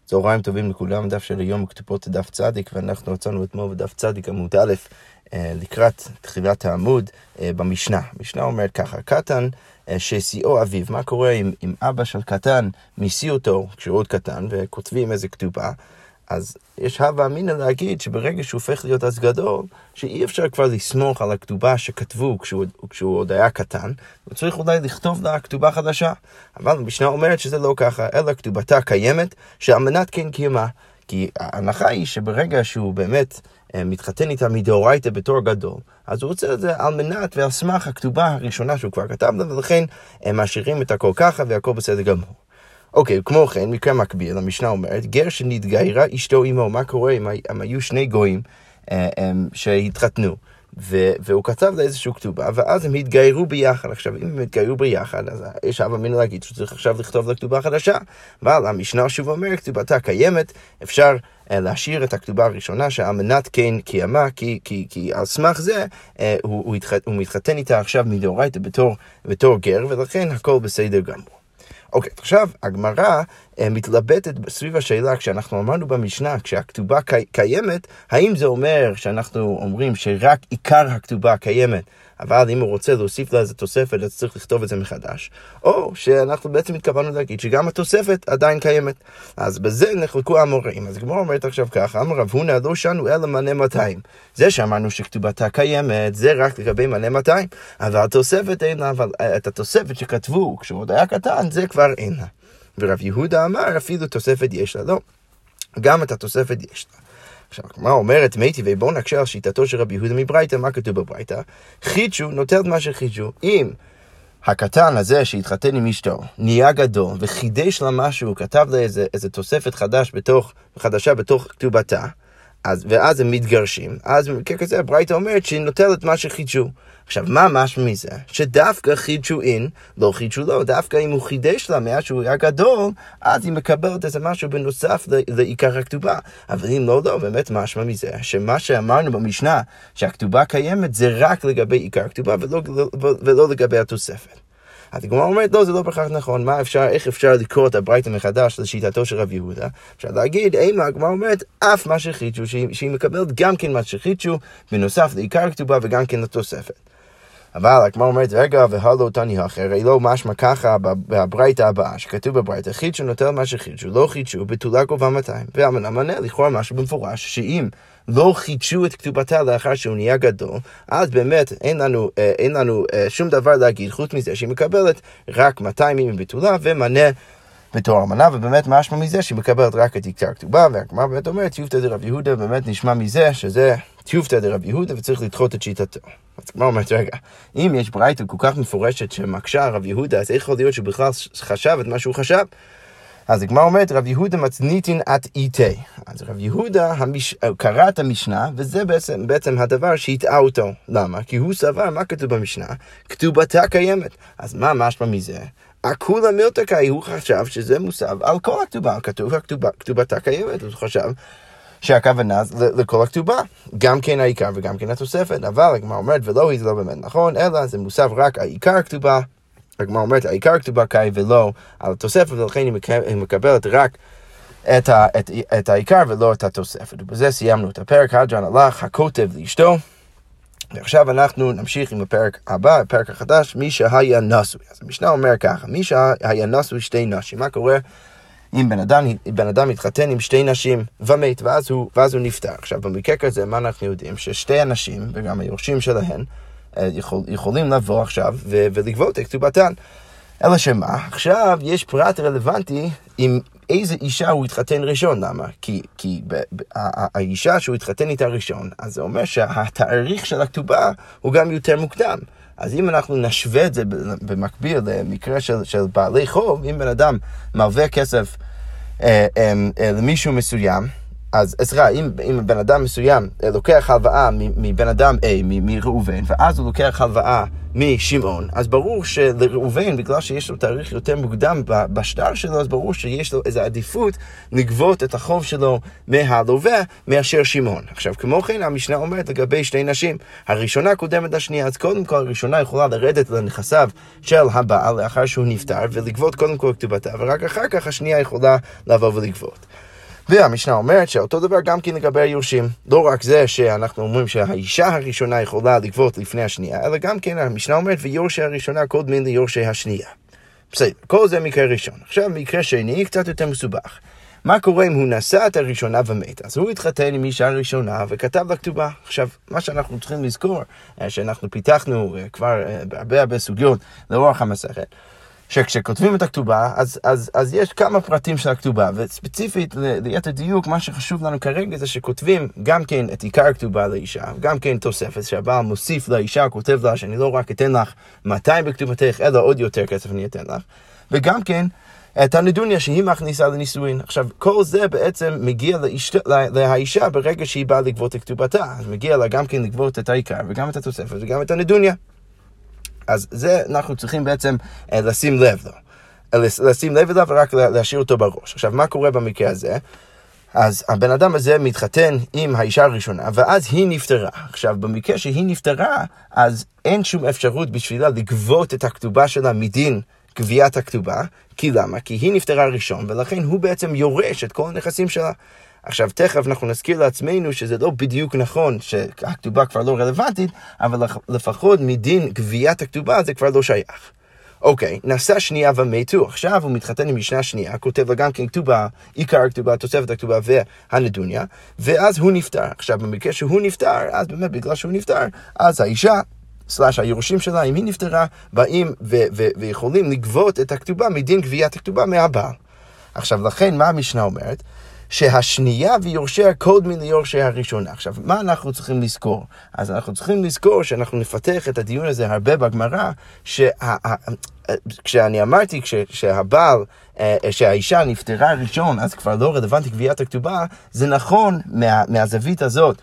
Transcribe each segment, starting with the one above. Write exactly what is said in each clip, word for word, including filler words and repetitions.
צהריים טובים לכולם, דף של היום כתובות דף צדיק, ואנחנו רצינו אתמול בדף צדיק עמוד א', לקראת תחילת העמוד במשנה. המשנה אומרת ככה, קטן ששיאו אביו, מה קורה אם, אם אבא של קטן משיא אותו כשהוא עוד קטן וכותבים איזה כתובה, אז יש הווה אמינא להגיד שברגע שהוא הופך להיות אז גדול, שאי אפשר כבר לסמוך על הכתובה שכתבו כשהוא, כשהוא עוד היה קטן, וצריך אולי לכתוב לה כתובה חדשה. אבל המשנה אומרת שזה לא ככה, אלא כתובתה קיימת, שאמנת כן קיימה. כי ההנחה היא שברגע שהוא באמת מתחתן איתה מדאורייתא בתור גדול, אז הוא רוצה את זה על מנת ועל סמך הכתובה הראשונה שהוא כבר כתב לה, ולכן הם משאירים את הכל ככה והכל בסדר גמור. אוקיי, כמו כן, מקרה מקביל, המשנה אומרת, גר שנתגיירה אשתו אמו, מה קורה אם הם היו שני גויים שהתחתנו, והוא כתב לה איזושהי כתובה, ואז הם התגיירו ביחד. עכשיו, אם הם התגיירו ביחד, אז יש הווה אמינא להגיד שצריך עכשיו לכתוב לה כתובה חדשה, אבל המשנה שוב אומר, כתובתה קיימת, אפשר להשאיר את הכתובה הראשונה שהאמנת כן קיימה, כי, כי, כי על סמך זה הוא, הוא, התחת, הוא מתחתן איתה עכשיו מדאורייתא בתור, בתור גר, ולכן הכל בסדר גמור. אוקיי, עכשיו הגמרא מתלבטת סביב השאלה, כשאנחנו אמרנו במשנה, כשהכתובה קיימת, האם זה אומר שאנחנו אומרים שרק עיקר הכתובה קיימת, אבל אם הוא רוצה להוסיף לה איזה תוספת, אז צריך לכתוב את זה מחדש, או שאנחנו בעצם התכוונו להגיד שגם התוספת עדיין קיימת. אז בזה נחלקו המוראים. אז הגמרא אומרת עכשיו ככה, אמר רב הונא לא שנו אלא מנה מאתיים. זה שאמרנו שכתובתה קיימת, זה רק לגבי מנה מאתיים, אבל התוספת אין לה, אבל את התוספת שכתבו כשהוא עוד היה קטן, זה כבר אין לה. ורב יהודה אמר, אפילו תוספת יש לה, לא, גם את התוספת יש לה. עכשיו, מה אומרת מייטי, ובואו נקשה על שיטתו של רבי יהודה מברייתא, מה כתוב בברייתא? חידשו, נוטל מה שחידשו. אם הקטן הזה שהתחתן עם אשתו נהיה גדול וחידש לה משהו, כתב לה איזה, איזה תוספת חדש בתוך, חדשה בתוך כתובתה, אז, ואז הם מתגרשים, אז ככזה הברייתא אומרת שהיא נוטלת מה שחידשו. עכשיו, מה משמע מזה? שדווקא חידשו אין, לא חידשו לא, דווקא אם הוא חידש לה מאז שהוא היה גדול, אז היא מקבלת איזה משהו בנוסף לעיקר הכתובה. אבל אם לא, לא, באמת משמע מזה, שמה שאמרנו במשנה, שהכתובה קיימת, זה רק לגבי עיקר הכתובה, ולא, ולא, ולא לגבי התוספת. אז הגמרא אומרת, לא, זה לא בכך נכון. מה אפשר, איך אפשר לקרוא את הברייתא מחדש לשיטתו של רב יהודה? אפשר להגיד, אימה, הגמרא אומרת, אף מה שחידשו, שהיא, שהיא מקבלת גם כן מה שחידשו, בנוסף לעיקר הכתובה וגם כן לתוספת. אבל הגמרא אומרת, רגע, והלא תני אחר, הרי לא משמע ככה בברייתא הבאה, שכתוב בברייתא, חידשו נוטל מה שחידשו, לא חידשו, בתולה גובה מאתיים. והמנה לכאורה משהו במפורש, שאם לא חידשו את כתובתה לאחר שהוא נהיה גדול, אז באמת אין לנו, אין לנו שום דבר להגיד, חוץ מזה שהיא מקבלת רק מאתיים ימים בתולה, ומנה בתור אמנה, ובאמת משמע מזה שהיא מקבלת רק את עיקר הכתובה, והגמרא באמת אומרת, טיובתא דרב יהודה, באמת נשמע מזה שזה טיובתא דרב יהודה, וצריך לדחות את שיטתו. אז הגמרא אומרת, רגע, אם יש ברייתא כל כך מפורשת שמקשה רב יהודה, אז איך יכול להיות שהוא בכלל חשב את מה שהוא חשב? אז הגמרא אומרת, רב יהודה מצניתין את איתי. אז רב יהודה המש... קרא את המשנה, וזה בעצם, בעצם הדבר שהטעה אותו. למה? כי הוא סבר, מה כתוב במשנה? כתובתה קיימת. אז מה משמע מזה? הכולה מילתקאי, הוא חשב שזה מוסב על כל הכתובה. כתוב הכתובה, כתובתה קיימת, הוא חשב שהכוונה לכל הכתובה, גם כן העיקר וגם כן התוספת. אבל הגמרא אומרת, ולא, זה לא באמת נכון, אלא זה מוסב רק העיקר הכתובה. הגמרא אומרת, העיקר הכתובה קאי ולא על התוספת, ולכן היא מקבלת רק את, ה, את, את העיקר ולא את התוספת. ובזה סיימנו את הפרק. הדרן הלך הכותב לאשתו, ועכשיו אנחנו נמשיך עם הפרק הבא, הפרק החדש, מי שהיה נשוי. אז המשנה אומר ככה, מי שהיה נשוי שתי נשים, מה קורה אם בן אדם, בן אדם מתחתן עם שתי נשים ומת, ואז הוא, ואז הוא נפטר. עכשיו במקרה כזה, מה אנחנו יודעים? ששתי אנשים, וגם היורשים שלהן, יכול, יכולים לבוא עכשיו ו- ולגבות את כתובתן. אלא שמה? עכשיו יש פרט רלוונטי עם איזה אישה הוא התחתן ראשון. למה? כי, כי ב- ב- האישה שהוא התחתן איתה ראשון, אז זה אומר שהתאריך של הכתובה הוא גם יותר מוקדם. אז אם אנחנו נשווה את זה במקביל למקרה של, של בעלי חוב, אם בן אדם מלווה כסף אה, אה, אה, למישהו מסוים, אז עזרה, אם, אם בן אדם מסוים לוקח הלוואה מבן אדם A, מראובן, ואז הוא לוקח הלוואה משמעון, אז ברור שלראובן, בגלל שיש לו תאריך יותר מוקדם בשטר שלו, אז ברור שיש לו איזו עדיפות לגבות את החוב שלו מהלווה מאשר שמעון. עכשיו, כמו כן, המשנה אומרת לגבי שתי נשים, הראשונה קודמת לשנייה, אז קודם כל הראשונה יכולה לרדת לנכסיו של הבעל לאחר שהוא נפטר, ולגבות קודם כל כתובתה, ורק אחר כך השנייה יכולה לבוא ולגבות. והמשנה אומרת שאותו דבר גם כן לגבי היורשים. לא רק זה שאנחנו אומרים שהאישה הראשונה יכולה לגבות לפני השנייה, אלא גם כן המשנה אומרת ויורשי הראשונה קודמים ליורשי השנייה. בסדר, כל זה מקרה ראשון. עכשיו מקרה שני קצת יותר מסובך. מה קורה אם הוא נשא את הראשונה ומת? אז הוא התחתן עם אישה הראשונה וכתב לה כתובה. עכשיו, מה שאנחנו צריכים לזכור, שאנחנו פיתחנו כבר בהרבה הרבה סוגיות לאורך המסכת, שכשכותבים את הכתובה, אז, אז, אז יש כמה פרטים של הכתובה, וספציפית ליתר דיוק, מה שחשוב לנו כרגע זה שכותבים גם כן את עיקר הכתובה לאישה, גם כן תוספת שהבעל מוסיף לאישה, כותב לה שאני לא רק אתן לך מאתיים בכתובתך, אלא עוד יותר כסף אני אתן לך, וגם כן את הנדוניה שהיא מכניסה לנישואין. עכשיו, כל זה בעצם מגיע לאיש, לאישה ברגע שהיא באה לגבות את כתובתה, אז מגיע לה גם כן לגבות את העיקר, וגם את התוספת, וגם את הנדוניה. אז זה אנחנו צריכים בעצם אה, לשים לב לו. לשים לב אליו ורק להשאיר אותו בראש. עכשיו, מה קורה במקרה הזה? אז הבן אדם הזה מתחתן עם האישה הראשונה, ואז היא נפטרה. עכשיו, במקרה שהיא נפטרה, אז אין שום אפשרות בשבילה לגבות את הכתובה שלה מדין גביית הכתובה. כי למה? כי היא נפטרה ראשון, ולכן הוא בעצם יורש את כל הנכסים שלה. עכשיו, תכף אנחנו נזכיר לעצמנו שזה לא בדיוק נכון, שהכתובה כבר לא רלוונטית, אבל לפחות מדין גביית הכתובה זה כבר לא שייך. אוקיי, נשא שנייה ומתו. עכשיו הוא מתחתן עם משנה שנייה, כותב לה גם כן כתובה, עיקר הכתובה, תוספת הכתובה והנדוניה, ואז הוא נפטר. עכשיו, במקרה שהוא נפטר, אז באמת בגלל שהוא נפטר, אז האישה, סלש היורשים שלה, אם היא נפטרה, באים ו- ו- ויכולים לגבות את הכתובה מדין גביית הכתובה מהבעל. עכשיו, לכן מה המשנה אומרת? שהשנייה ויורשיה קודמים ליורשי הראשונה. עכשיו, מה אנחנו צריכים לזכור? אז אנחנו צריכים לזכור שאנחנו נפתח את הדיון הזה הרבה בגמרא, שה... כשאני אמרתי שהבעל, שהאישה נפטרה ראשון, אז כבר לא רלוונטי גביית הכתובה, זה נכון מה... מהזווית הזאת,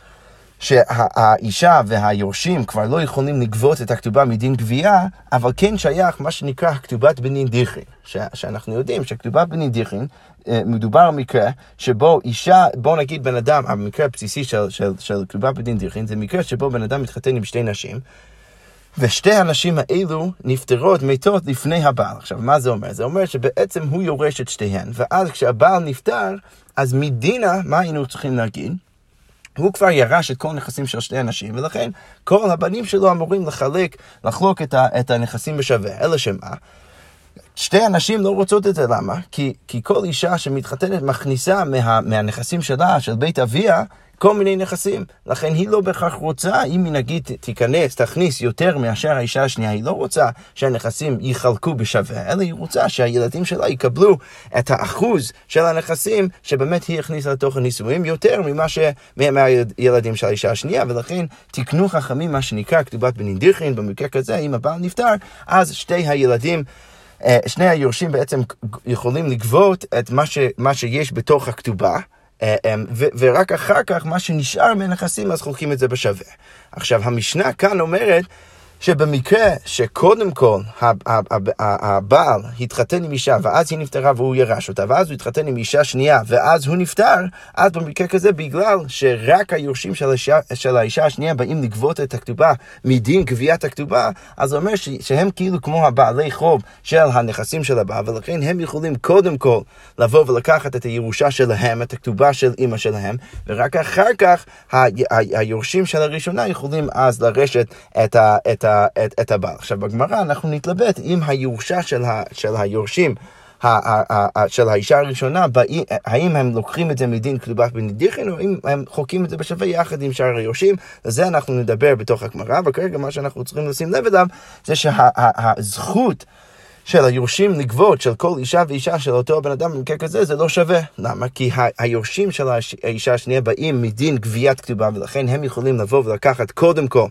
שהאישה והיורשים כבר לא יכולים לגבות את הכתובה מדין גבייה, אבל כן שייך מה שנקרא כתובת בנין דיכרין, ש... שאנחנו יודעים שכתובת בנין דיכרין, מדובר על מקרה שבו אישה, בוא נגיד בן אדם, המקרה הבסיסי של, של, של כתובת בנין דיכרין, זה מקרה שבו בן אדם מתחתן עם שתי נשים, ושתי הנשים האלו נפטרות מתות לפני הבעל. עכשיו, מה זה אומר? זה אומר שבעצם הוא יורש את שתיהן, ואז כשהבעל נפטר, אז מדינה, מה היינו צריכים להגיד? הוא כבר ירש את כל הנכסים של שתי אנשים, ולכן כל הבנים שלו אמורים לחלק, לחלוק את, ה, את הנכסים בשווה. אלא שמה? שתי אנשים לא רוצות את זה. למה? כי, כי כל אישה שמתחתנת מכניסה מה, מהנכסים שלה, של בית אביה, כל מיני נכסים. לכן היא לא בהכרח רוצה, אם היא נגיד תיכנס, תכניס יותר מאשר האישה השנייה, היא לא רוצה שהנכסים יחלקו בשווה, אלא היא רוצה שהילדים שלה יקבלו את האחוז של הנכסים שבאמת היא הכניסה לתוך הנישואים יותר ממה ש... מהילדים של האישה השנייה, ולכן תקנו חכמים מה שנקרא כתובת בנין דיכרין. במקרה כזה, אם הבעל נפטר, אז שתי הילדים, שני היורשים בעצם יכולים לגבות את מה, ש... מה שיש בתוך הכתובה, ו- ורק אחר כך מה שנשאר מהנכסים אז חולקים את זה בשווה. עכשיו המשנה כאן אומרת שבמקרה שקודם כל הבעל התחתן עם אישה ואז היא נפטרה והוא ירש אותה, ואז הוא התחתן עם אישה שנייה ואז הוא נפטר, אז במקרה כזה בגלל שרק היורשים של האישה, של האישה השנייה באים לגבות את הכתובה מדין גביית הכתובה, אז זה אומר שהם כאילו כמו הבעלי חוב של הנכסים של הבעל, ולכן הם יכולים קודם כל לבוא ולקחת את הירושה שלהם, את הכתובה של אמא שלהם, ורק אחר כך היורשים של הראשונה יכולים אז לרשת את ה... את ה את, את הבעל. עכשיו בגמרא אנחנו נתלבט עם הירושה של, ה, של היורשים ה, ה, ה, ה, של האישה הראשונה, באי, האם הם לוקחים את זה מדין כתובת בנין דיכרין או אם הם חוקים את זה בשווה יחד עם שאר היורשים. לזה אנחנו נדבר בתוך הגמרא, וכרגע מה שאנחנו צריכים לשים לב אליו זה שהזכות של היורשים לגבות של כל אישה ואישה של אותו בן אדם במקרה כזה זה לא שווה. למה? כי היורשים של האישה השנייה באים מדין גביית כתובה, ולכן הם יכולים לבוא ולקחת קודם כל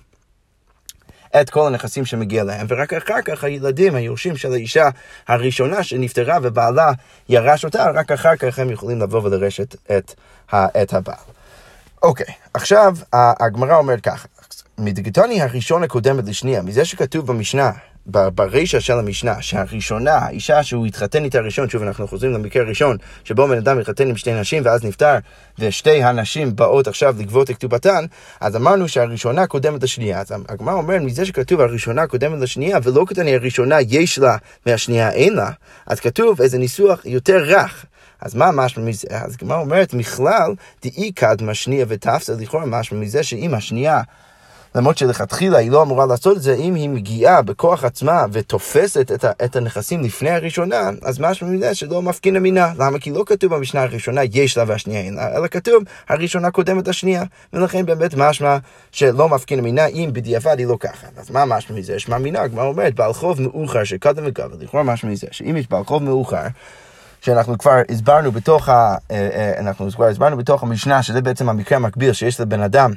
את כל הנכסים שמגיע להם, ורק אחר כך הילדים, היורשים של האישה הראשונה שנפטרה ובעלה ירש אותה, רק אחר כך הם יכולים לבוא ולרשת את, את הבעל. אוקיי, עכשיו הגמרא אומרת ככה, מדגתני הראשון הקודמת לשנייה, מזה שכתוב במשנה, ברישה של המשנה, שהראשונה, האישה שהוא התחתן איתה ראשון, שוב אנחנו חוזרים למקרה הראשון, שבו בן אדם התחתן עם שתי נשים ואז נפטר, ושתי הנשים באות עכשיו לגבות את כתובתן, אז אמרנו שהראשונה קודמת לשנייה. אז הגמרא אומרת, מזה שכתוב הראשונה קודמת לשנייה, ולא כתוב הראשונה יש לה והשנייה אין לה, אז כתוב איזה ניסוח יותר רך. אז מה משמע מזה? אז הגמרא אומרת, מכלל דאי קדמה שנייה ותפסה, לכאורה משמע מזה שאם השנייה, למרות שלכתחילה היא לא אמורה לעשות את זה, אם היא מגיעה בכוח עצמה ותופסת את, ה- את הנכסים לפני הראשונה, אז משמע מזה שלא מפקין המינה. למה? כי לא כתוב במשנה הראשונה יש לה והשנייה אין לה, אלא כתוב הראשונה קודמת השנייה. ולכן באמת משמע שלא מפקין המינה אם בדיעבד היא לא ככה. אז מה משמע מזה? יש מאמינה, הגמרא אומרת, בעל חוב מאוחר שקדם וגבל, לכאורה משמע מזה שאם יש בעל חוב מאוחר, שאנחנו כבר הסברנו בתוך, ה, אנחנו כבר הסברנו בתוך המשנה, שזה בעצם המקרה המקביל שיש לבן אדם,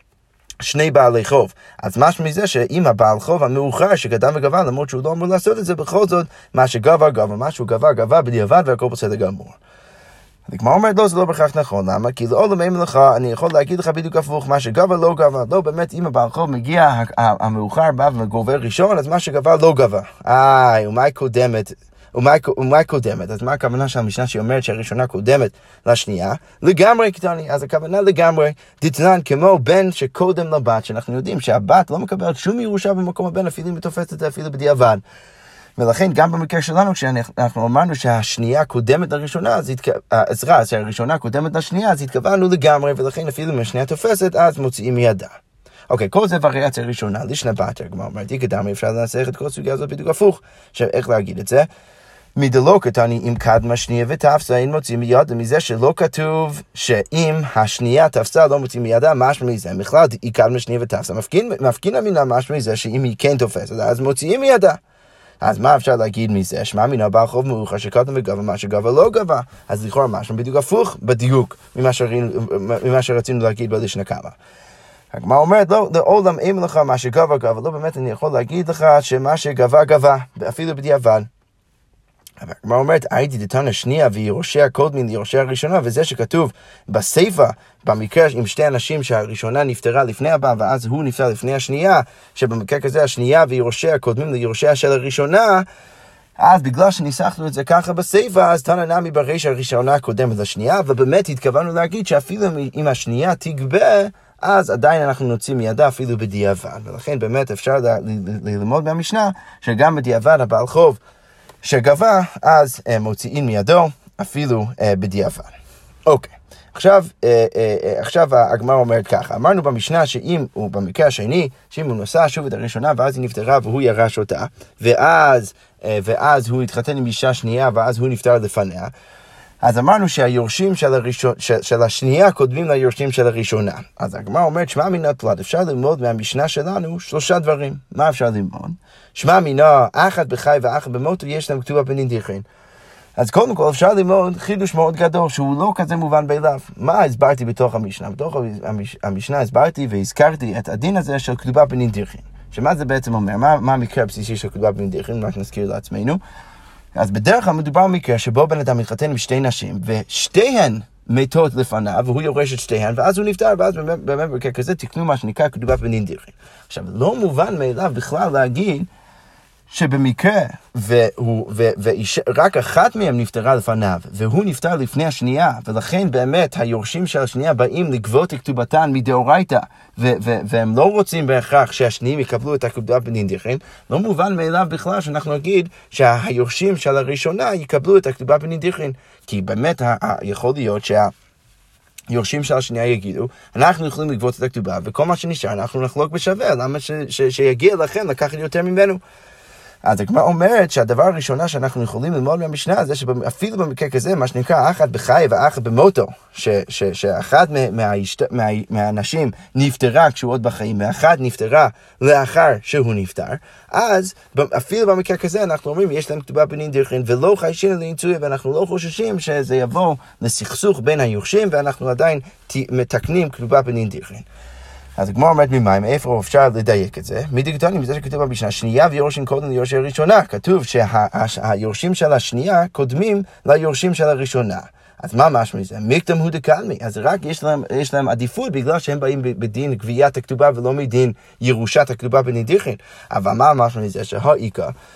שני בעלי חוב. אז משהו מזה שאם הבעל חוב המאוחר שקדם וגבה, למרות שהוא לא אמור לעשות את זה, בכל זאת, מה שגבה גבה, מה שהוא גבה גבה בדיעבד והכל בסדר גמור. הגמרא אומרת, לא, זה לא בהכרח נכון. למה? כי לעולם אין לך, אני יכול להגיד לך בדיוק הפוך, מה שגבה לא גבה. לא, באמת, אם הבעל חוב מגיע, המאוחר בא וגובר ראשון, אז מה שגבה לא גבה. איי, ומה היא קודמת? ומה היא קודמת? אז מה הכוונה של המשנה שהיא אומרת שהראשונה קודמת לשנייה? לגמרי קטני, אז הכוונה לגמרי, דתנן כמו בן שקודם לבת, שאנחנו יודעים שהבת לא מקבלת שום ירושה במקום הבן, אפילו אם היא תופסת את זה אפילו בדיעבד. ולכן גם במקרה שלנו, כשאנחנו אמרנו שהשנייה קודמת לראשונה, אז עזרה, שהראשונה קודמת לשנייה, אז התכוונו לגמרי, ולכן אפילו אם השנייה תופסת, אז מוציאים מידה. אוקיי, כל זה וריאציה ראשונה, לשנה בת, כמו אמרתי, קדם אפשר לנסח את כל סוגיה הזאת בדיוק הפוך. עכשיו, איך להגיד את זה? מדלא קטני אם קדמה שנייה ותפסה, אין מוצאים מידה, מזה שלא כתוב שאם השנייה תפסה לא מוצאים מידה, משמע מזה, בכלל היא קדמה שנייה ותפסה, מפקין, מפקין המינה משמע מזה שאם היא כן תופסת, אז מוצאים מידה. אז מה אפשר להגיד מזה? שמע מינה בעל חוב מאוחר שקדם וגבה, מה שגבה לא גבה. אז לכאורה משמע בדיוק הפוך בדיוק ממה, שראינו, ממה שרצינו להגיד בלשנה כמה. הגמרא אומרת, לא, לעולם אין לך מה שגבה גבה, לא באמת אני יכול להגיד לך שמה שגבה גבה, אפילו בדיעבד. הגמרא אומרת, הייתי דתנא השנייה ויורשי הקודמים ליורשי הראשונה, וזה שכתוב בסיפא, במקרה עם שתי אנשים שהראשונה נפטרה לפני הבא, ואז הוא נפטר לפני השנייה, שבמקרה כזה השנייה ויורשי הקודמים ליורשי של הראשונה, אז בגלל שניסחנו את זה ככה בסיפא, אז תנא נמי ברישא הראשונה הקודמת לשנייה, ובאמת התכוונו להגיד שאפילו אם השנייה תגבה, אז עדיין אנחנו נוציא מידה אפילו בדיעבד. ולכן באמת אפשר ללמוד מהמשנה שגם בדיעבד הבעל חוב שגבה, אז מוציאים מידו אפילו בדיעבד. אוקיי, עכשיו, עכשיו הגמרא אומרת ככה, אמרנו במשנה שאם הוא במקרה השני, שאם הוא נוסע שוב את הראשונה ואז היא נפטרה והוא ירש אותה, ואז, ואז הוא התחתן עם אישה שנייה ואז הוא נפטר לפניה, אז אמרנו שהיורשים של, הראשון, של, של השנייה קודמים ליורשים של הראשונה. אז הגמרא אומרת, שמע מינה תלת, אפשר ללמוד מהמשנה שלנו שלושה דברים. מה אפשר ללמוד? שמע מינה, אחת בחי ואחת במותו, יש להם כתובה בנין דיכין. אז קודם כל אפשר ללמוד חידוש מאוד גדול, שהוא לא כזה מובן באליו. מה הסברתי בתוך המשנה? בתוך המש, המשנה הסברתי והזכרתי את הדין הזה של כתובה בנין דיכין. שמה זה בעצם אומר? מה, מה המקרה הבסיסי של כתובה בנין דיכין? רק נזכיר לעצמנו. אז בדרך כלל מדובר במקרה שבו בן אדם מתחתן עם שתי נשים, ושתיהן מתות לפניו, והוא יורש את שתיהן, ואז הוא נפטר, ואז באמת במקרה כזה תקנו מה שנקרא כתובה בנין דיכין. עכשיו, לא מובן מאליו בכלל להגיד שבמקרה, והוא, ו, ורק אחת מהם נפטרה לפניו, והוא נפטר לפני השנייה, ולכן באמת היורשים של השנייה באים לגבות את כתובתן מדאורייתא, ו, ו, והם לא רוצים בהכרח שהשניים יקבלו את הכתובה בנין דיכין, לא מובן מאליו בכלל שאנחנו נגיד שהיורשים של הראשונה יקבלו את הכתובה בנין דיכין, כי באמת ה, ה, יכול להיות שה... יורשים של השנייה יגידו, אנחנו יכולים לגבות את הכתובה, וכל מה שנשאר אנחנו נחלוק בשווה, למה ש, ש, שיגיע לכם לקחת יותר ממנו. אז הגמרא אומרת שהדבר הראשונה שאנחנו יכולים ללמוד מהמשנה זה שאפילו במקרה כזה, מה שנקרא אחת בחי ואחת במותו, ש, ש, שאחת מהאשת, מה, מהאנשים נפטרה כשהוא עוד בחיים, ואחת נפטרה לאחר שהוא נפטר, אז אפילו במקרה כזה אנחנו אומרים, יש להם כתובה בנין דיכין, ולא חיישין לניצוי, ואנחנו לא חוששים שזה יבוא לסכסוך בין היורשים, ואנחנו עדיין מתקנים כתובה בנין דיכין. אז הגמרא אומרת ממים, איפה אפשר לדייק את זה? מדיקטוני, מזה שכתוב במשנה, שנייה ויורשים קודם ליורשי הראשונה. כתוב שהיורשים של השנייה קודמים ליורשים של הראשונה. אז מה משמע מזה? מקדם הוא דקלמי. אז רק יש להם, יש להם עדיפות בגלל שהם באים בדין גביית הכתובה ולא מדין ירושת הכתובה בנין דיכין. אבל מה משמע מזה? שהאיקה,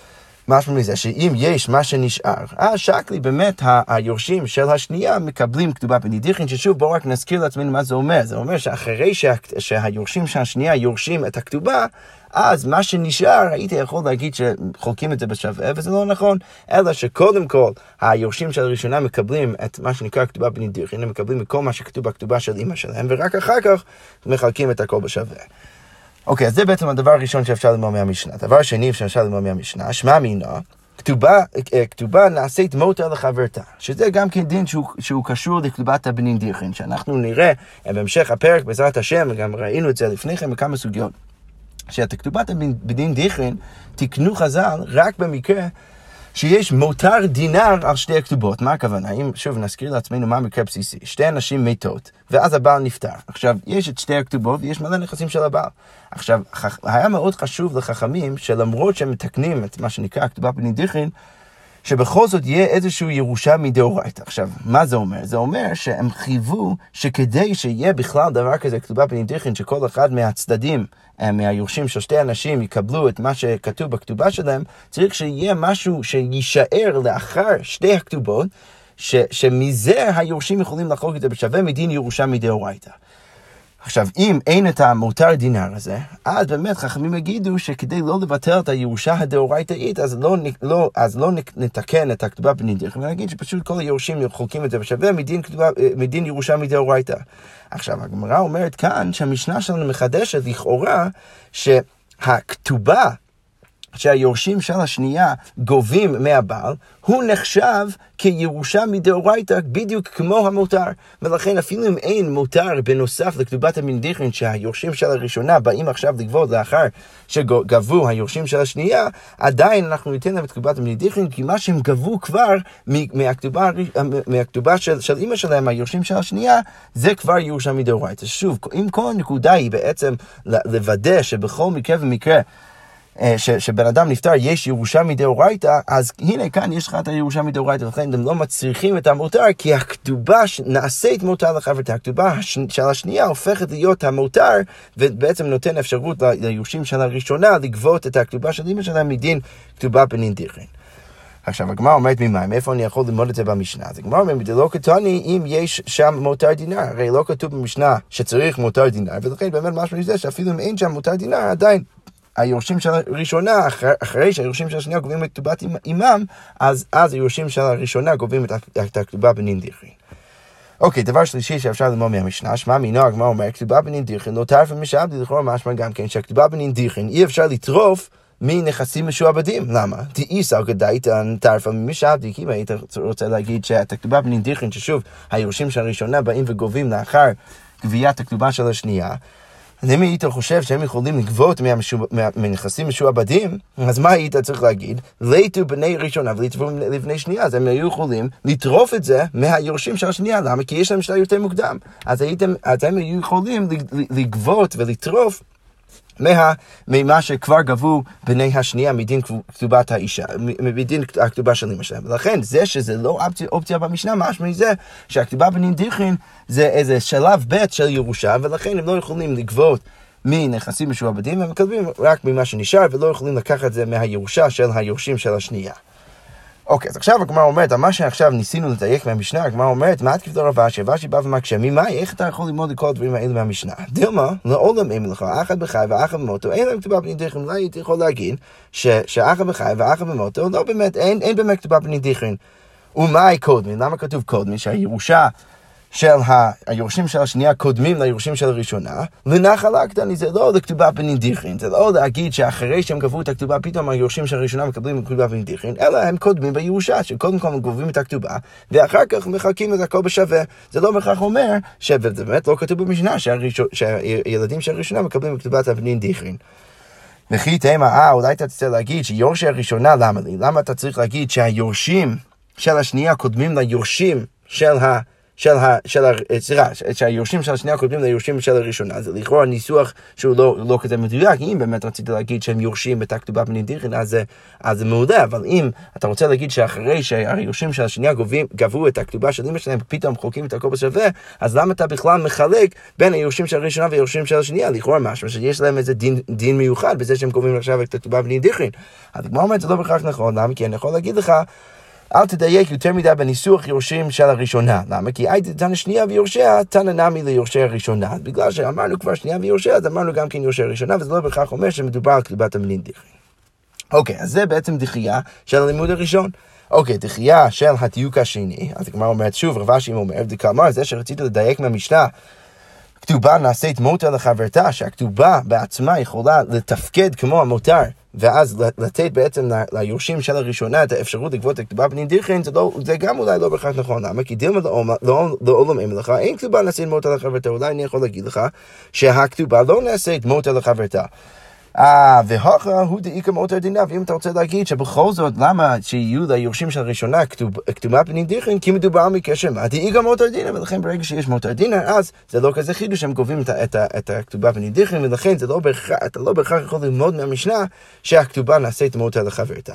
משמע מזה שאם יש מה שנשאר, אז שקלי באמת היורשים של השנייה מקבלים כתובה בני דיכרין, ששוב בואו רק נזכיר לעצמנו מה זה אומר. זה אומר שאחרי שה, שהיורשים של השנייה יורשים את הכתובה, אז מה שנשאר, הייתי יכול להגיד שחולקים את זה בשווה, וזה לא נכון, אלא שקודם כל היורשים של הראשונה מקבלים את מה שנקרא כתובה בני דיכרין, הם מקבלים מכל מה שכתוב בכתובה של אמא שלהם, ורק אחר כך מחלקים את הכל בשווה. אוקיי, אז זה בעצם הדבר הראשון שאפשר ללמוד מהמשנה. הדבר השני שאפשר ללמוד מהמשנה, שמע מינה, כתובה, כתובה נעשית מותר לחברתה, שזה גם כן דין שהוא, שהוא קשור לכתובת הבני דיכרין, שאנחנו נראה בהמשך הפרק בעזרת השם, וגם ראינו את זה לפני כן בכמה סוגיות, שאת כתובת הבני דיכרין תקנו חז"ל רק במקרה שיש מותר דינר על שתי הכתובות. מה הכוונה? אם שוב נזכיר לעצמנו מה המקרה בסיסי, שתי אנשים מתות, ואז הבעל נפטר. עכשיו, יש את שתי הכתובות ויש מלא נכסים של הבעל. עכשיו, היה מאוד חשוב לחכמים שלמרות שהם מתקנים את מה שנקרא כתובה בני דיכרין, שבכל זאת יהיה איזשהו ירושה מדאורייתא. עכשיו, מה זה אומר? זה אומר שהם חייבו שכדי שיהיה בכלל דבר כזה כתובה בני דיכרין, שכל אחד מהצדדים, מהיורשים של שתי אנשים יקבלו את מה שכתוב בכתובה שלהם, צריך שיהיה משהו שישאר לאחר שתי הכתובות, ש, שמזה היורשים יכולים לחלוק את זה בשווה מדין ירושה מדאורייתא. עכשיו, אם אין את המותר דינר הזה, אז באמת חכמים יגידו שכדי לא לבטל את הירושה הדאורייתאית, אז לא, לא, אז לא נתקן את הכתובה בני דיכרין, ונגיד שפשוט כל היורשים חולקים את זה בשווה מדין, כתובה, מדין ירושה מדאורייתא. עכשיו, הגמרא אומרת כאן שהמשנה שלנו מחדשת לכאורה שהכתובה שהיורשים של השנייה גובים מהבעל, הוא נחשב כירושה מדאורייתא בדיוק כמו המותר. ולכן אפילו אם אין מותר בנוסף לכתובת הבני דיכרין שהיורשים של הראשונה באים עכשיו לגבות לאחר שגבו היורשים של השנייה, עדיין אנחנו ניתן להם את כתובת הבני דיכרין, כי מה שהם גבו כבר מהכתובה, מהכתובה של, של אמא שלהם, היורשים של השנייה, זה כבר ירושה מדאורייתא. שוב, אם כל הנקודה היא בעצם לוודא שבכל מקרה ומקרה ש, שבן אדם נפטר יש ירושה מדאורייתא, אז הנה כאן יש לך את הירושה מדאורייתא, לכן הם לא מצריכים את המותר, כי הכתובה נעשית מותר לחברתה, הכתובה של השנייה הופכת להיות המותר, ובעצם נותן אפשרות ליורשים של הראשונה לגבות את הכתובה של אמא שלהם מדין כתובה בני דיכרין. עכשיו, הגמרא אומרת ממה, מאיפה אני יכול ללמוד את זה במשנה? אז הגמרא אומרת, לא כתוני אם יש שם מותר דינר, הרי לא כתוב במשנה שצריך מותר דינר, ולכן באמת משהו זה שאפילו אם אין שם מותר דינר, עדיין היורשים של הראשונה, אחרי, אחרי שהיורשים של השנייה גובים את כתובת אימם, אז, אז היורשים של הראשונה גובים את, את הכתובה בני דיכרין. אוקיי, דבר שלישי שאפשר ללמוד מהמשנה, שמע מינו, הגמרא אומר, כתובה בני דיכרין, לא טרפה משעבדי, לכאורה משמע גם כן, שהכתובה בני דיכרין אי אפשר לטרוף מנכסים משועבדים. למה? תאיסר כדאית טרפה משעבדי, כי אם היית רוצה להגיד שאת הכתובה בני דיכרין, ששוב, היורשים של הראשונה באים וגובים לאחר גביית הכתובה של השנייה, אז אם היית חושב שהם יכולים לגבות מנכסים משועבדים, אז מה היית צריך להגיד? ליטו בני ראשונה וליטו לבני שנייה, אז הם היו יכולים לטרוף את זה מהיורשים של השנייה. למה? כי יש להם שלה יותר מוקדם. אז, הייתם, אז הם היו יכולים לגבות ולטרוף מה, ממה שכבר גבו בני השנייה מדין כתובת האישה, מדין הכתובה של אמא שלהם. ולכן זה שזה לא אופציה, אופציה במשנה, משמע מזה שהכתובה בני דיכרין זה איזה שלב ב' של ירושה, ולכן הם לא יכולים לגבות מנכסים משועבדים, הם מקבלים רק ממה שנשאר, ולא יכולים לקחת את זה מהירושה של היורשים של השנייה. אוקיי, אז עכשיו הגמרא אומרת, מה שעכשיו ניסינו לדייק מהמשנה, הגמרא אומרת, מה תכף דור רבשי, רבשי בא ומקשה, ממאי, איך אתה יכול ללמוד את כל הדברים האלה מהמשנה? דילמה, לעולם אין לך, אחת בחי ואחת במותו, אין להם כתובה בני דיכרין, אולי הייתי יכול להגיד, שאחת בחי ואחת במותו, לא באמת, אין, אין באמת כתובה בני דיכרין. ומאי קודמי, למה כתוב קודמי? שהירושה של היורשים של השנייה קודמים ליורשים של הראשונה, לנחל הקטני, זה לא לכתובה בני דיכרין, זה לא להגיד שאחרי שהם גבו את הכתובה, פתאום היורשים של הראשונה מקבלים כתובה בני דיכרין, אלא הם קודמים בירושה, שקודם כל גובים את הכתובה, ואחר כך מחלקים את הכל בשווה. זה לא בכך אומר, שבאמת לא כתוב במשנה, שהילדים של הראשונה מקבלים כתובת בני דיכרין. וכי תאמה, אה, אולי אתה תצטרך להגיד שיורשי הראשונה, למה לי? למה אתה צריך להגיד שהיורשים של השנייה קודמים ליורשים של ה... של ה... של ה... סליחה, שהיורשים של השנייה קודמים ליורשים של הראשונה. זה לכאורה ניסוח שהוא לא, לא כזה מדויק. אם באמת רציתי להגיד שהם יורשים את הכתובה בנין דיכרין, אז זה, אז זה מעולה. אבל אם אתה רוצה להגיד שאחרי שהיורשים של השנייה גובים, גבו את הכתובה של אמא שלהם, פתאום חולקים את הכל בשווה, אז למה אתה בכלל מחלק בין היורשים של הראשונה והיורשים של השנייה? לכאורה משהו שיש להם איזה דין, דין מיוחד בזה שהם גובים עכשיו את הכתובה בנין דיכרין. אז כמו אומרת, זה לא בכך נכון. למה? כי אני יכול להגיד לך, אל תדייק יותר מדי בניסוח יורשים של הראשונה. למה? כי הייתי תנא שנייה ויורשיה, תנא נמי ליורשי הראשונה. אז בגלל שאמרנו כבר שנייה ויורשיה, אז אמרנו גם כן יורשי הראשונה, וזה לא בכך אומר שמדובר על כתובת בנין דיכרין. אוקיי, אז זה בעצם דחייה של הלימוד הראשון. אוקיי, דחייה של הדיוק השני. אז הגמרא אומרת שוב, רב אשי אומר, דקאמר, זה שרציתי לדייק מהמשנה, כתובה נעשית מותר לחברתה, שהכתובה בעצמה יכולה לתפקד כמו המותר, ואז לתת בעצם ליורשים של הראשונה את האפשרות לגבות את הכתובה בנין דיכרין, זה, לא, זה גם אולי לא בכך נכון. למה? כי דילמה לעולם אין לך, אין כתובה נעשית מותר לחברתה. אולי אני יכול להגיד לך שהכתובה לא נעשית מותר לחברתה. אה, והכה הוא דאיקה מותר דינה, ואם אתה רוצה להגיד שבכל זאת, למה שיהיו ליורשים של הראשונה כתובה בנין דיכרין, כי מדובר מקשר מה דאיקה מותר דינה, ולכן ברגע שיש מותר דינה, אז זה לא כזה חידוש שהם גובים את, את, את הכתובה בנין דיכרין, ולכן זה לא בהכרח, אתה לא בהכרח יכול ללמוד מהמשנה שהכתובה נעשית מותר לחברתה.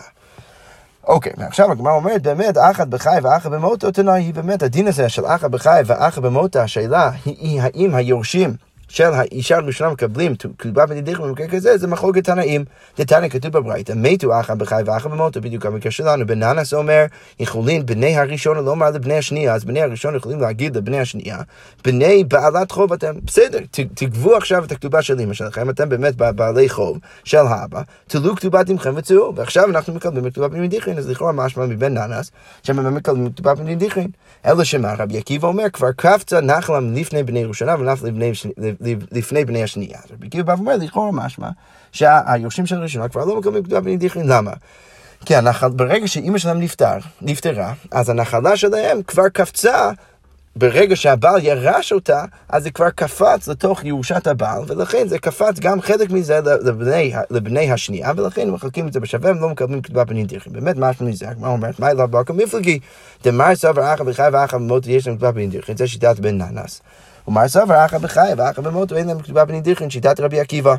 אוקיי, ועכשיו הגמרא אומרת, באמת, אחת בחי ואחת במותו, תנאי היא באמת, הדין הזה של אחת בחי ואחת במותו, השאלה היא האם היורשים של האישה הראשונה מקבלים כתובה בנין דיכרין במקרה כזה, זה מחלוקת תנאים. דתניא כתוב בברייתא, מתו אחת בחי ואחת במותו, בדיוק המקרה שלנו. בננס אומר, יכולים בני הראשונה לא אומר לבני השנייה, אז בני הראשונה יכולים להגיד לבני השנייה, בני בעלת חוב אתם, בסדר, תגבו עכשיו את הכתובה של אמא שלכם, אתם באמת בעלי חוב של האבא, תלו כתובת עמכם וצאו, ועכשיו אנחנו מקבלים כתובה בנין דיכרין, אז לכאורה משמע מבן ננס, שהם מקבלים כתובה בנין דיכרין. אלא שמה, רבי עקיבא אומר, כבר קפצה נחלם לפני בני ראשונה ונף לפני לפני בני השנייה. רבי עקיבא בא ואומר, לכאורה משמע שהיורשים של הראשונה כבר לא מקבלים כתובה בנין דיכרין. למה? כי הנחל, ברגע שאמא שלהם נפטר, נפטרה, אז הנחלה שלהם כבר קפצה, ברגע שהבעל ירש אותה, אז זה כבר קפץ לתוך ירושת הבעל, ולכן זה קפץ גם חלק מזה לבני, לבני השנייה, ולכן מחלקים את זה בשווה, הם לא מקבלים כתובה בנין דיכרין. באמת משהו מזה, הגמרא אומרת, מה אליו באקא מפלגי? דמר סבר אחא בחי ואחא במותו יש להם כתובה בנין דיכרין, זה שיטת בן ננס. ומר סבר אחא בחי ואחא במותו אין להם כתובה בנין דיכרין, שיטת רבי עקיבא.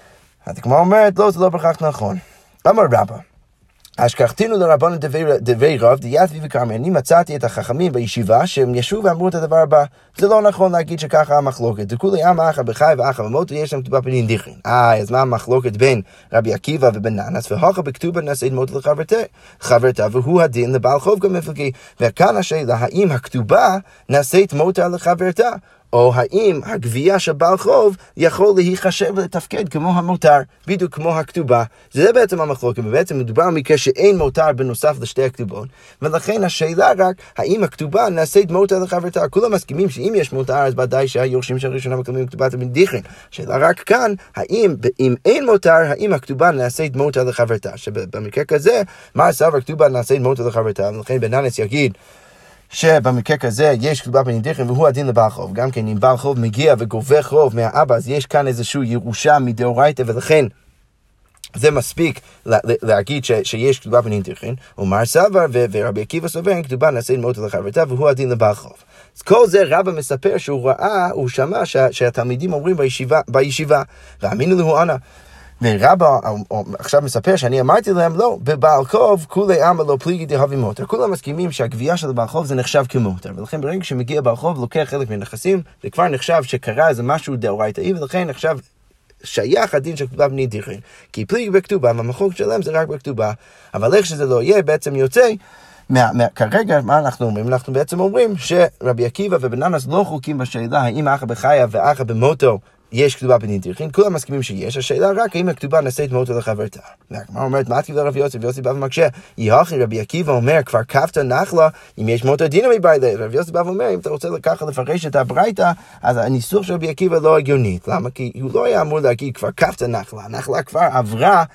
אז הגמרא אומרת, לא, זה לא בהכרח נכון. אמר רבא, אשכחתינו לרבנן דברי רב, דיאטבי וכרמי, אני מצאתי את החכמים בישיבה שהם ישבו ואמרו את הדבר הבא, זה לא נכון להגיד שככה המחלוקת, דכולי עם אחא בחי ואחא במותו יש להם כתובה בנין דיכרין. אה, אז מה המחלוקת בין רבי עקיבא ובן ננס? והכה בכתובה נעשית מותו לחברתה, והוא הדין לבעל חוב גם מפלגי. וכאן השאלה, האם הכתובה נעשית מותו לחברתה? או האם הגבייה של בעל חוב יכול להיחשב ולתפקד כמו המותר, בדיוק כמו הכתובה. זה בעצם המחלוקת, ובעצם מדובר מקרה שאין מותר בנוסף לשתי הכתובות, ולכן השאלה רק, האם הכתובה נעשית מותר לחברתה. כולם מסכימים שאם יש מותר, אז ודאי שהיורשים של הראשונה מקבלים כתובת בנין דיכרין. השאלה רק כאן, האם, אם אין מותר, האם הכתובה נעשית מותר לחברתה. שבמקרה כזה, מה סבר הכתובה נעשית מותר לחברתה, ולכן בן ננס יגיד, שבמקרה כזה יש כתובה בנין דיכרין והוא הדין לבעל חוב. גם כן אם בעל חוב מגיע וגובה חוב מהאבא, אז יש כאן איזשהו ירושה מדאורייתא, ולכן זה מספיק להגיד שיש כתובה בנין דיכרין. ומר סבר ורבי עקיבא סובר, כתובה נעשית מותר לחברתה והוא הדין לבעל חוב. אז כל זה רבא מספר שהוא ראה, הוא שמע שהתלמידים אומרים בישיבה, בישיבה, ואמינו לו ענה. ורבא עכשיו מספר שאני אמרתי להם, לא, בבעל חוב כולי עמא לא פליגי דהבי מותר. כולם מסכימים שהגבייה של בעל חוב זה נחשב כמותר, ולכן ברגע שמגיע בעל חוב לוקח חלק מנכסים, זה כבר נחשב שקרה איזה משהו דאורייתאי, ולכן נחשב שייך הדין של כתובה בנין דיכרין. כי פליגי בכתובה, והמחלוקת שלהם זה רק בכתובה. אבל איך שזה לא יהיה, בעצם יוצא, מה, מה, כרגע מה אנחנו אומרים? אנחנו בעצם אומרים שרבי עקיבא ובן ננס לא חולקים בשאלה האם אחא בחיה ואחא במותו יש כתובה בנין דיכרין. כולם מסכימים שיש, השאלה רק האם הכתובה נעשית מותר לחברתה. והגמרא אומרת, מה תקבלה רבי יוסי? ויוסי בא ומקשה, יהכי רבי עקיבא אומר, כבר קפתא נחלה, אם יש מותר דינא מבעילי. רבי יוסי בא ואומר, אם אתה רוצה ככה לפרש את הברייתא, אז הניסוח של רבי עקיבא לא הגיוני. למה? כי הוא לא היה אמור להגיד, כבר קפתא נחלה. הנחלה כבר עברה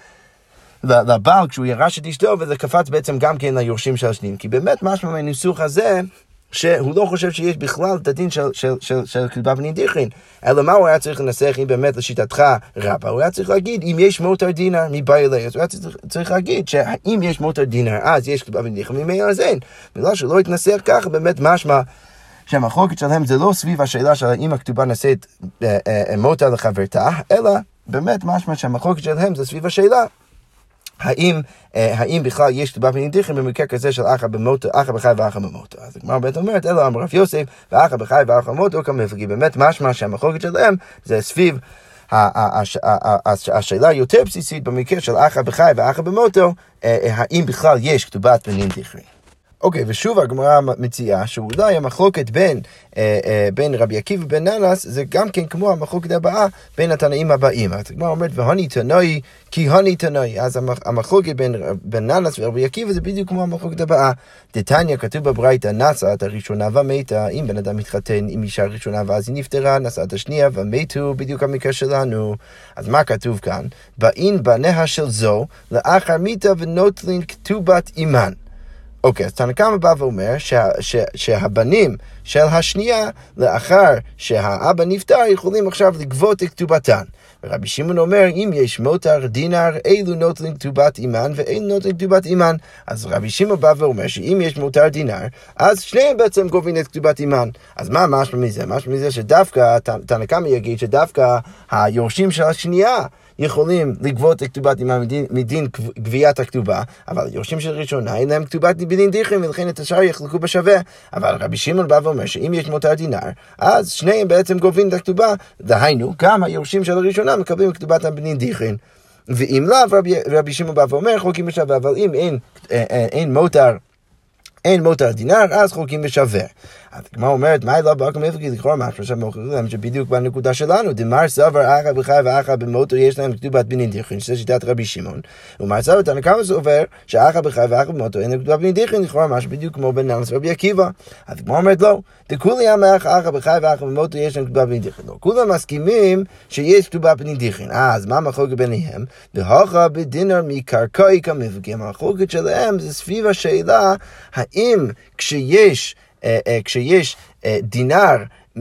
לבעל כשהוא ירש את אשתו, וזה קפץ בעצם גם כן ליורשים של השניים. כי באמת משמע מהניסוח הזה, שהוא לא חושב שיש בכלל את הדין של, של, של, של כתובה בנין דיכרין. אלא מה הוא היה צריך לנסח אם באמת לשיטתך רבא? הוא היה צריך להגיד, אם יש מותר דינר מבעילי, אז הוא היה צריך, צריך להגיד שאם יש מותר דינר, אז יש כתובה בנין דיכרין, ממילא אז אין. בגלל שלא התנסח ככה, באמת משמע שהמחלוקת שלהם זה לא סביב השאלה של האם הכתובה נעשית מוטה לחברתה, אלא באמת משמע שהמחלוקת שלהם זה סביב השאלה האם, האם בכלל יש כתובה בנין דיכרין במקרה כזה של אחא במותו, אחא בחי ואחא במותו. אז הגמרא באמת אומרת, אלא אמר רב יוסף, ואחא בחי ואחא במותו כמפלגי. באמת משמע שהמחלוקת שלהם זה סביב השאלה יותר בסיסית במקרה של אחא בחי ואחא במותו, האם בכלל יש כתובת בנין דיכרין. אוקיי, ושוב הגמרא מציעה שאולי המחלוקת בין, אה, אה, בין רבי עקיבא ובן ננס זה גם כן כמו המחלוקת הבאה בין התנאים הבאים. אז הגמרא אומרת, והני תנאי כי הני תנאי. אז המחלוקת בין בן ננס ורבי עקיבא זה בדיוק כמו המחלוקת הבאה. דתניא כתוב בברייתא, נשאת הראשונה ומתה. אם בן אדם מתחתן עם אישה הראשונה ואז היא נפטרה, נשאת השנייה ומתו, בדיוק המקרה שלנו. אז מה כתוב כאן? באין בניה של זו לאחר מיתה ונוטלין כתובת אימן. אוקיי, אז תנא קמא בא ואומר שה, שה, שהבנים של השנייה, לאחר שהאבא נפטר, יכולים עכשיו לגבות את כתובתן. ורבי שמעון אומר, אם יש מותר דינר, אילו נוטלים כתובת אימן, ואילו נוטלים כתובת אימן. אז רבי שמעון בא ואומר שאם יש מותר דינר, אז שניהם בעצם גובים את כתובת אימן. אז מה משמע מזה? משמע מזה שדווקא, תנא קמא יגיד שדווקא היורשים של השנייה, יכולים לגבות את כתובת אימן מדין, מדין גביית הכתובה, אבל יורשים של ראשונה אין להם כתובת בדין דיכרין, ולכן את השאר יחלקו בשווה. אבל רבי שמעון בא ואומר שאם יש מותר דינר, אז שניהם בעצם גובים את הכתובה, דהיינו, גם היורשים של הראשונה מקבלים כתובת בדין דיכרין. ואם לאו, רבי, רבי שמעון בא ואומר חולקים בשווה, אבל אם אין, אין, אין מותר, אין מותר דינר, אז חולקים בשווה. אז הגמרא אומרת, מה לא בא כמפלגי לכאורה משהו שמוכרים להם שבדיוק בנקודה שלנו, דמר סבר אחא בחי ואחא במותו יש להם כתובת בנין דיכרין, שזה שיטת רבי שמעון. ומר סבר תנא קמא סובר שאחא בחי ואחא במותו אין להם כתובת בנין דיכרין, לכאורה משהו בדיוק כמו בן ננס ורבי עקיבא. אז הגמרא אומרת לא, דכולי אמר אחא בחי ואחא במותו יש להם כתובת בנין דיכרין. לא, כולם מסכימים שיש כתובת בנין דיכרין. אז מה המחלוקת ביניהם? דהכא בדינר מקרקעי כמפלגי. המחלוקת שלהם זה סביב השאלה האם כשיש כשיש דינר,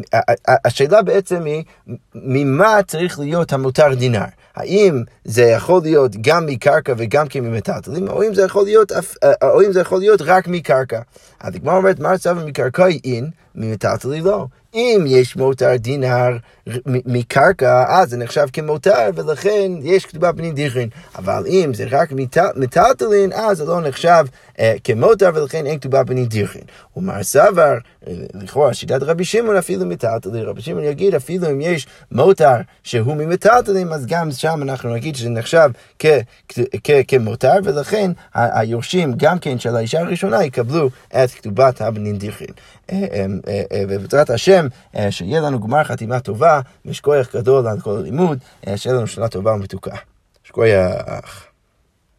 השאלה בעצם היא ממה צריך להיות המותר דינר. האם זה יכול להיות גם מקרקע וגם כממטלטלין, או אם זה יכול להיות, או אם זה יכול להיות רק מקרקע. אז הגמרא אומרת, מה סבר מקרקעי אין, ממטלטלין לא. אם יש מותר דינר מקרקע, אז זה נחשב כמותר, ולכן יש כתובה בנין דיכרין. אבל אם זה רק מטלטלין, אז זה לא נחשב אה, כמותר, ולכן אין כתובה בנין דיכרין. ומר סבר, לכאורה, שיטת רבי שמעון אפילו מטלטלין. רבי שמעון יגיד, אפילו אם יש מותר שהוא ממטלטלין, אז גם שם אנחנו נגיד שזה נחשב כ- כ- כ- כמותר, ולכן היורשים גם כן של האישה הראשונה יקבלו את כתובת הבנין דיכרין. ובעזרת השם, שיהיה לנו גמר חתימה טובה, משכוח גדול על כל הלימוד, שיהיה לנו שנה טובה ומתוקה. שכוח.